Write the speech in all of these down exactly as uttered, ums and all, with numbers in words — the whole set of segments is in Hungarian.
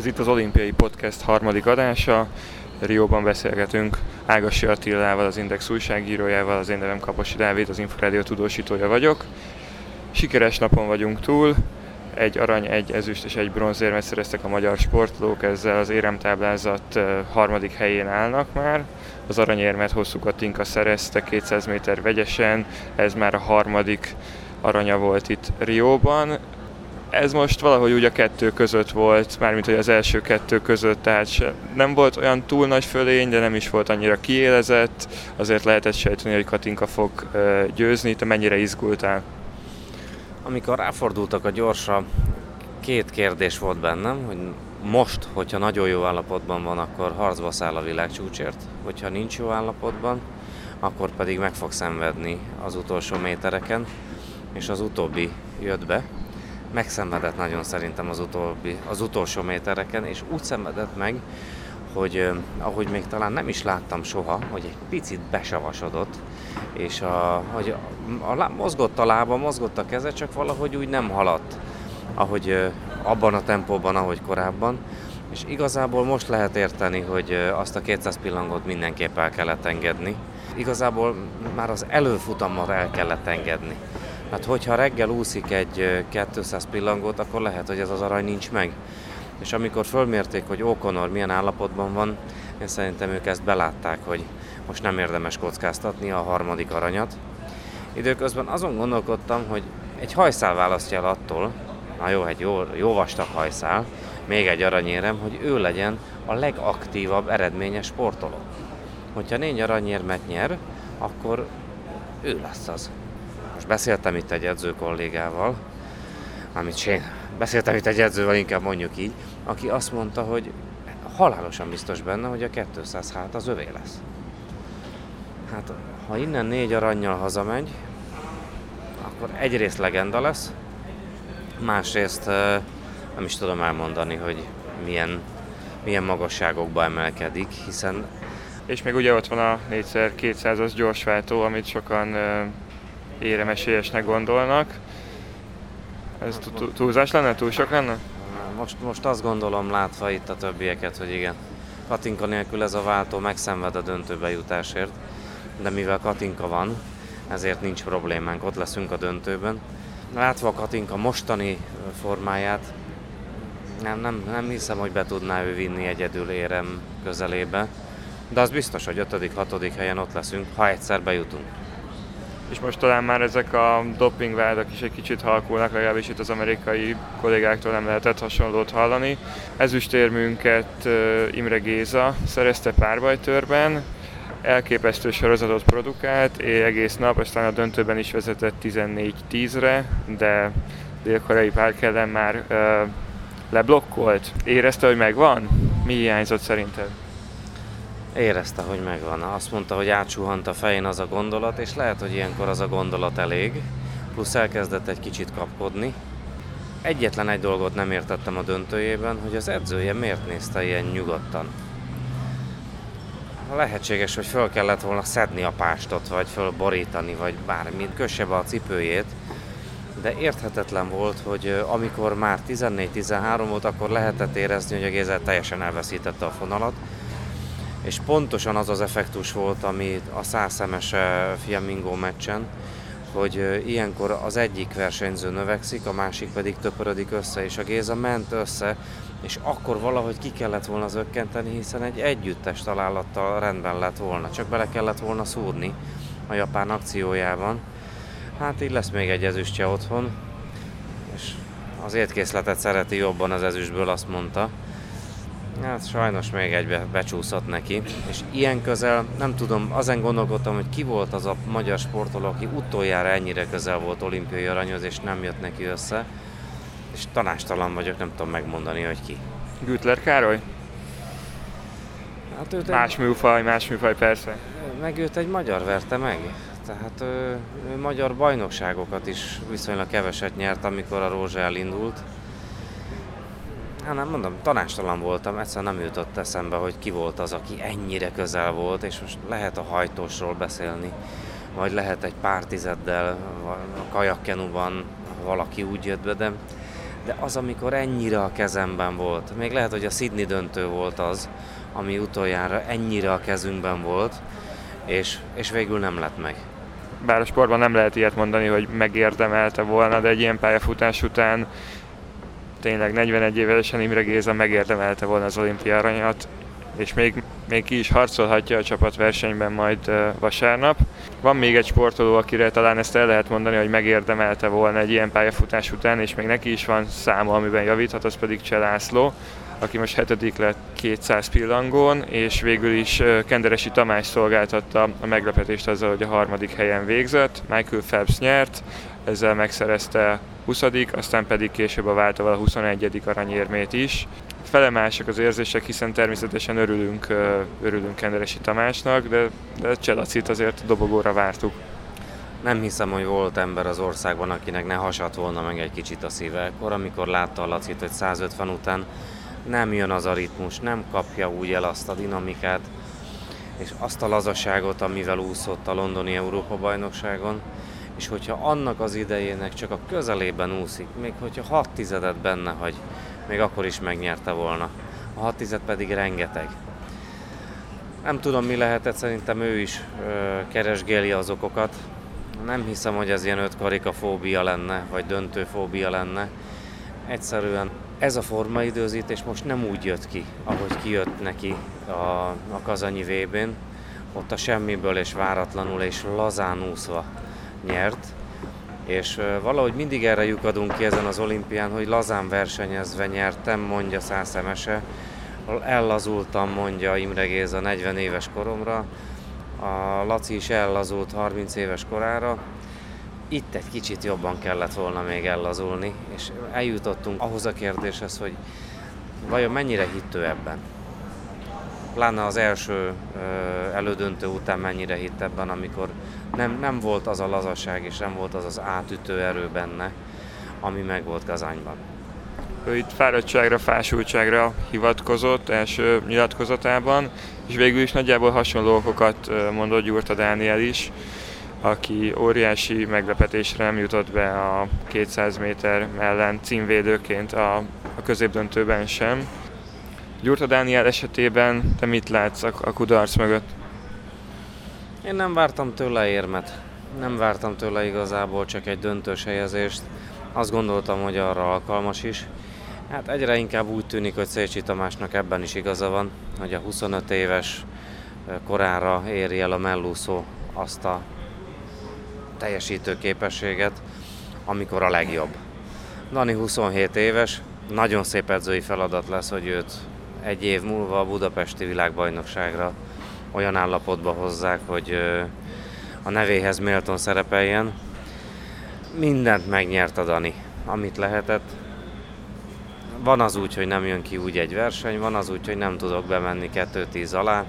Ez itt az Olimpiai Podcast harmadik adása. Rióban beszélgetünk Ágasi Attilával, az Index újságírójával, az én nevem Kaposi Dávid, az Inforádió tudósítója vagyok. Sikeres napon vagyunk túl, egy arany, egy ezüst és egy bronzérmet szereztek a magyar sportolók, ezzel az éremtáblázat harmadik helyén állnak már. Az aranyérmet Hosszú Katinka szerezte kétszáz méter vegyesen, ez már a harmadik aranya volt itt Rióban. Ez most valahogy úgy a kettő között volt, mármint hogy az első kettő között, tehát se, nem volt olyan túl nagy fölény, de nem is volt annyira kiélezett, azért lehetett sejteni, hogy Katinka fog uh, győzni. Te mennyire izgultál? Amikor ráfordultak a gyorsra, két kérdés volt bennem, hogy most, hogyha nagyon jó állapotban van, akkor harcba száll a világcsúcsért, hogyha nincs jó állapotban, akkor pedig meg fog szenvedni az utolsó métereken, és az utóbbi jött be. Megszenvedett nagyon szerintem az, utóbbi, az utolsó métereken, és úgy szenvedett meg, hogy eh, ahogy még talán nem is láttam soha, hogy egy picit besavasodott, és a, hogy a, a, mozgott a lába, mozgott a keze, csak valahogy úgy nem haladt, ahogy eh, abban a tempóban, ahogy korábban. És igazából most lehet érteni, hogy eh, azt a kétszáz pillangot mindenképp el kellett engedni. Igazából már az előfutammal el kellett engedni. Hát hogyha reggel úszik egy kétszáz pillangót, akkor lehet, hogy ez az arany nincs meg. És amikor fölmérték, hogy O'Connor milyen állapotban van, én szerintem ők ezt belátták, hogy most nem érdemes kockáztatni a harmadik aranyat. Időközben azon gondolkodtam, hogy egy hajszál választja el attól, na jó, egy jó, jó vastag hajszál, még egy aranyérem, hogy ő legyen a legaktívabb, eredményes sportoló. Hogyha négy aranyérmet nyer, akkor ő lesz az. Most beszéltem itt egy edző kollégával, amit én beszéltem itt egy edzővel, inkább mondjuk így, aki azt mondta, hogy halálosan biztos benne, hogy a kétszáz hát az övé lesz. Hát, ha innen négy arannyal hazamegy, akkor egyrészt legenda lesz, másrészt nem is tudom elmondani, hogy milyen, milyen magasságokba emelkedik, hiszen... És még ugye ott van a négyszer kétszázas gyorsváltó, amit sokan éremesélyesnek gondolnak. Ez túlzás lenne? Túl sok lenne? Most, most azt gondolom, látva itt a többieket, hogy igen. Katinka nélkül ez a váltó megszenved a döntőbe jutásért, de mivel Katinka van, ezért nincs problémánk, ott leszünk a döntőben. Látva a Katinka mostani formáját, nem, nem, nem hiszem, hogy be tudná ő vinni egyedül érem közelébe, de az biztos, hogy ötödik hatodik helyen ott leszünk, ha egyszer bejutunk. És most talán már ezek a dopingvádak is egy kicsit halkulnak, legalábbis itt az amerikai kollégáktól nem lehetett hasonlót hallani. Ezüstérmünket Imre Géza szerezte párbajtőrben, elképesztő sorozatot produkált, egész nap, aztán a döntőben is vezetett tizennégy tízre, de dél-koreai párk ellen már uh, leblokkolt. Érezte, hogy megvan? Mi hiányzott szerinted? Érezte, hogy megvan. Azt mondta, hogy átsuhant a fején az a gondolat, és lehet, hogy ilyenkor az a gondolat elég, plusz elkezdett egy kicsit kapkodni. Egyetlen egy dolgot nem értettem a döntőjében, hogy az edzője miért nézte ilyen nyugodtan. Lehetséges, hogy föl kellett volna szedni a pástot, vagy fölborítani, vagy bármi, kösse be a cipőjét, de érthetetlen volt, hogy amikor már tizennégy tizenhárom volt, akkor lehetett érezni, hogy a Géza teljesen elveszítette a fonalat, és pontosan az az effektus volt, ami a százszemes Fiamingo meccsen, hogy ilyenkor az egyik versenyző növekszik, a másik pedig töpörödik össze, és a Géza ment össze, és akkor valahogy ki kellett volna zökkenteni, hiszen egy együttes találattal rendben lett volna, csak bele kellett volna szúrni a japán akciójában. Hát így lesz még egy ezüstje otthon, és az étkészletet szereti jobban az ezüstből, azt mondta. Hát sajnos még egybe becsúszott neki, és ilyen közel, nem tudom, azon gondolkodtam, hogy ki volt az a magyar sportoló, aki utoljára ennyire közel volt olimpiai aranyhoz, és nem jött neki össze, és tanástalan vagyok, nem tudom megmondani, hogy ki. Güttler Károly? Hát őt más egy... műfaj, más műfaj persze. Meg őt egy magyar verte meg, tehát ő, ő magyar bajnokságokat is viszonylag keveset nyert, amikor a Rózsa elindult. Hát nem mondom, tanástalan voltam, egyszerűen nem jutott eszembe, hogy ki volt az, aki ennyire közel volt, és most lehet a hajtósról beszélni, vagy lehet egy pár tizeddel a kajakkenuban valaki úgy jött be, de de az, amikor ennyire a kezemben volt, még lehet, hogy a Sydney döntő volt az, ami utoljára ennyire a kezünkben volt, és, és végül nem lett meg. Bár a sportban nem lehet ilyet mondani, hogy megérdemelte volna, de egy ilyen pályafutás után tényleg negyvenegy évesen Imre Géza megérdemelte volna az olimpia aranyat, és még, még ki is harcolhatja a csapatversenyben majd uh, vasárnap. Van még egy sportoló, akire talán ezt el lehet mondani, hogy megérdemelte volna egy ilyen pályafutás után, és még neki is van száma, amiben javíthat, az pedig Cseh László, aki most hetedik lett kétszáz pillangón, és végül is uh, Kenderesi Tamás szolgáltatta a meglepetést azzal, hogy a harmadik helyen végzett. Michael Phelps nyert, ezzel megszerezte huszadik, aztán pedig később a váltóval a huszonegyedik aranyérmét is. Felemásak az érzések, hiszen természetesen örülünk, örülünk Kenderesi Tamásnak, de, de Cseh Lacit azért dobogóra vártuk. Nem hiszem, hogy volt ember az országban, akinek ne hasadt volna meg egy kicsit a szíve. Akkor, amikor látta a Lacit, hogy százötven után nem jön az a ritmus, nem kapja úgy el azt a dinamikát, és azt a lazaságot, amivel úszott a londoni Európa-bajnokságon, és hogyha annak az idejének csak a közelében úszik, még hogyha hat tizedet benne hagy, még akkor is megnyerte volna. A hat tized pedig rengeteg. Nem tudom, mi lehetett, szerintem ő is ö, keresgéli az okokat. Nem hiszem, hogy ez ilyen ötkarikafóbia lenne, vagy döntőfóbia lenne. Egyszerűen ez a formaidőzítés most nem úgy jött ki, ahogy kijött neki a, a kazanyi vé bén. Ott a semmiből és váratlanul és lazán úszva nyert. És valahogy mindig erre lyukadunk ki ezen az olimpián, hogy lazán versenyezve nyertem, mondja Szász Emese. Ellazultam, mondja Imre Géza negyven éves koromra. A Laci is ellazult harminc éves korára. Itt egy kicsit jobban kellett volna még ellazulni, és eljutottunk ahhoz a kérdéshez, hogy vajon mennyire hitt ő ebben. Pláne az első elődöntő után mennyire hitt ebben, amikor nem, nem volt az a lazaság és nem volt az az átütő erő benne, ami meg volt Kazányban. Ő itt fáradtságra, fásultságra hivatkozott első nyilatkozatában, és végül is nagyjából hasonló okokat mondott Gyurta Dániel is, aki óriási meglepetésre nem jutott be a kétszáz méter ellen címvédőként a, a középdöntőben sem. Gyurta Dániel esetében te mit látsz a, a kudarc mögött? Én nem vártam tőle érmet. Nem vártam tőle igazából csak egy döntős helyezést. Azt gondoltam, hogy arra alkalmas is. Hát egyre inkább úgy tűnik, hogy Szécsi Tamásnak ebben is igaza van, hogy a huszonöt éves korára éri el a mellúszó azt a teljesítő képességet, amikor a legjobb. Dani huszonhét éves, nagyon szép edzői feladat lesz, hogy őt egy év múlva a budapesti világbajnokságra olyan állapotba hozzák, hogy a nevéhez méltón szerepeljen. Mindent megnyert a Dani, amit lehetett. Van az úgy, hogy nem jön ki úgy egy verseny, van az úgy, hogy nem tudok bemenni kettő tíz alá.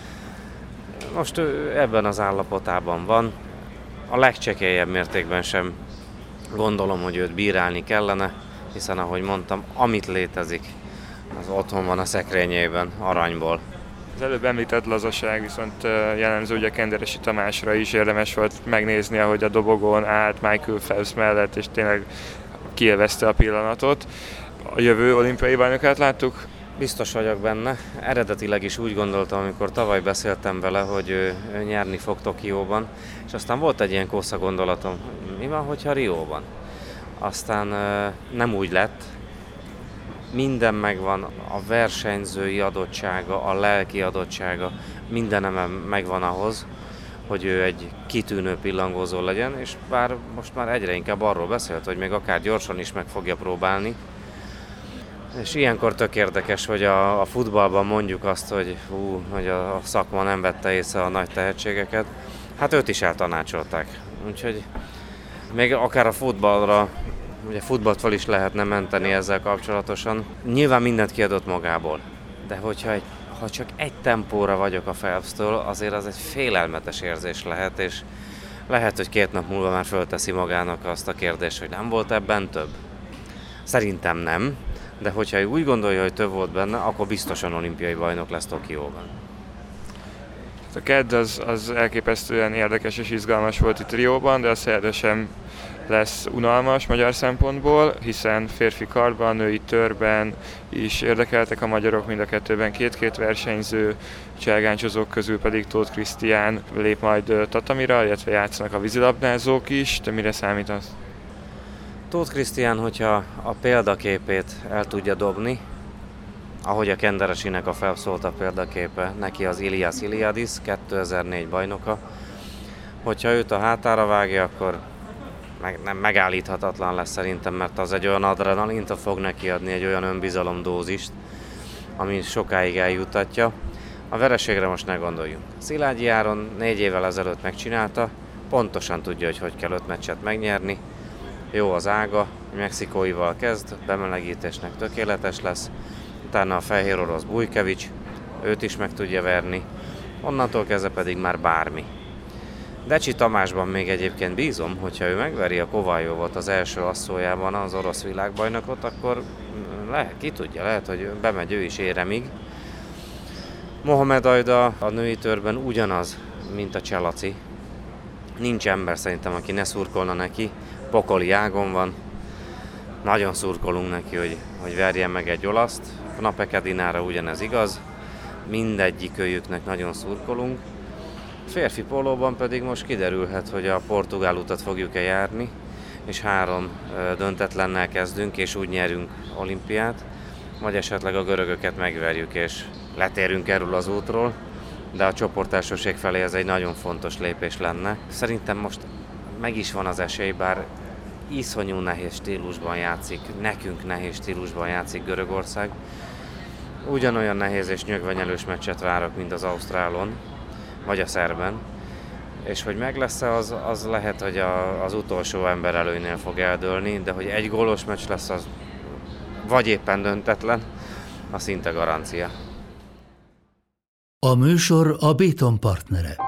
Most ő ebben az állapotában van. A legcsekélyebb mértékben sem gondolom, hogy őt bírálni kellene, hiszen ahogy mondtam, amit létezik, az otthon van a szekrényében, aranyból. Az előbb említett lazaság viszont jellemző ugye Kenderesi Tamásra is, érdemes volt megnézni, ahogy a dobogón állt Michael Phelps mellett, és tényleg kielvezte a pillanatot. A jövő olimpiai bajnokát láttuk? Biztos vagyok benne. Eredetileg is úgy gondoltam, amikor tavaly beszéltem vele, hogy ő, ő nyerni fog Tokióban, és aztán volt egy ilyen kósza gondolatom, mi van, hogyha Rióban? Aztán nem úgy lett. Minden megvan, a versenyzői adottsága, a lelki adottsága, mindenem megvan ahhoz, hogy ő egy kitűnő pillangózó legyen, és bár most már egyre inkább arról beszélt, hogy még akár gyorsan is meg fogja próbálni. És ilyenkor tök érdekes, hogy a, a futballban mondjuk azt, hogy, hú, hogy a, a szakma nem vette észre a nagy tehetségeket. Hát őt is eltanácsolták. Úgyhogy még akár a futballra, ugye futballt fel is lehetne menteni ezzel kapcsolatosan. Nyilván mindent kiadott magából, de hogyha egy, ha csak egy tempóra vagyok a Phelpstől, azért az egy félelmetes érzés lehet, és lehet, hogy két nap múlva már fölteszi magának azt a kérdést, hogy nem volt ebben több. Szerintem nem, de hogyha úgy gondolja, hogy több volt benne, akkor biztosan olimpiai bajnok lesz Tokióban. A kedd az, az elképesztően érdekes és izgalmas volt itt Rióban, de a szerda sem lesz unalmas magyar szempontból, hiszen férfi kardban, női törben is érdekeltek a magyarok, mind a kettőben két-két versenyző, cselgáncsozók közül pedig Tóth Krisztián lép majd tatamira, illetve játszanak a vízilabdázók is. Te mire számítasz? Tóth Krisztián, hogyha a példaképét el tudja dobni, ahogy a Kenderesinek a Phelps a példaképe, neki az Ilias Iliadis, kétezer-négy bajnoka. Hogyha őt a hátára vágja, akkor meg, nem megállíthatatlan lesz szerintem, mert az egy olyan adrenalint fog neki adni, egy olyan önbizalomdózist, ami sokáig eljutatja. A vereségre most ne gondoljunk. Szilágyi Áron négy évvel ezelőtt megcsinálta, pontosan tudja, hogy hogy kell öt meccset megnyerni. Jó az ága, mexikóival kezd, bemelegítésnek tökéletes lesz. Utána a fehér orosz Bujkevics, őt is meg tudja verni, onnantól kezdve pedig már bármi. Decsi Tamásban még egyébként bízom, hogyha ő megveri a Kovályovot az első asszójában az orosz világbajnokot, akkor lehet, ki tudja, lehet, hogy bemegy ő is éremig. Mohamed Ajda a női törben ugyanaz, mint a Cselaci. Nincs ember szerintem, aki ne szurkolna neki, pokoli ágon van. Nagyon szurkolunk neki, hogy, hogy verjen meg egy olaszt. Napekedinára ugyanez igaz, mindegyik őjüknek nagyon szurkolunk. Férfi pólóban pedig most kiderülhet, hogy a portugál utat fogjuk-e járni, és három döntetlennel kezdünk, és úgy nyerünk olimpiát, vagy esetleg a görögöket megverjük, és letérünk erről az útról, de a csoportelsőség felé ez egy nagyon fontos lépés lenne. Szerintem most meg is van az esély, bár iszonyú nehéz stílusban játszik, nekünk nehéz stílusban játszik Görögország. Ugyanolyan nehéz és nyögvenyelős meccset várok, mint az ausztrálon, vagy a szerben. És hogy meg lesz-e, az, az lehet, hogy a, az utolsó ember előnynél fog eldőlni, de hogy egy gólos meccs lesz, az vagy éppen döntetlen, az szinte garancia. A műsor a Béton partnere.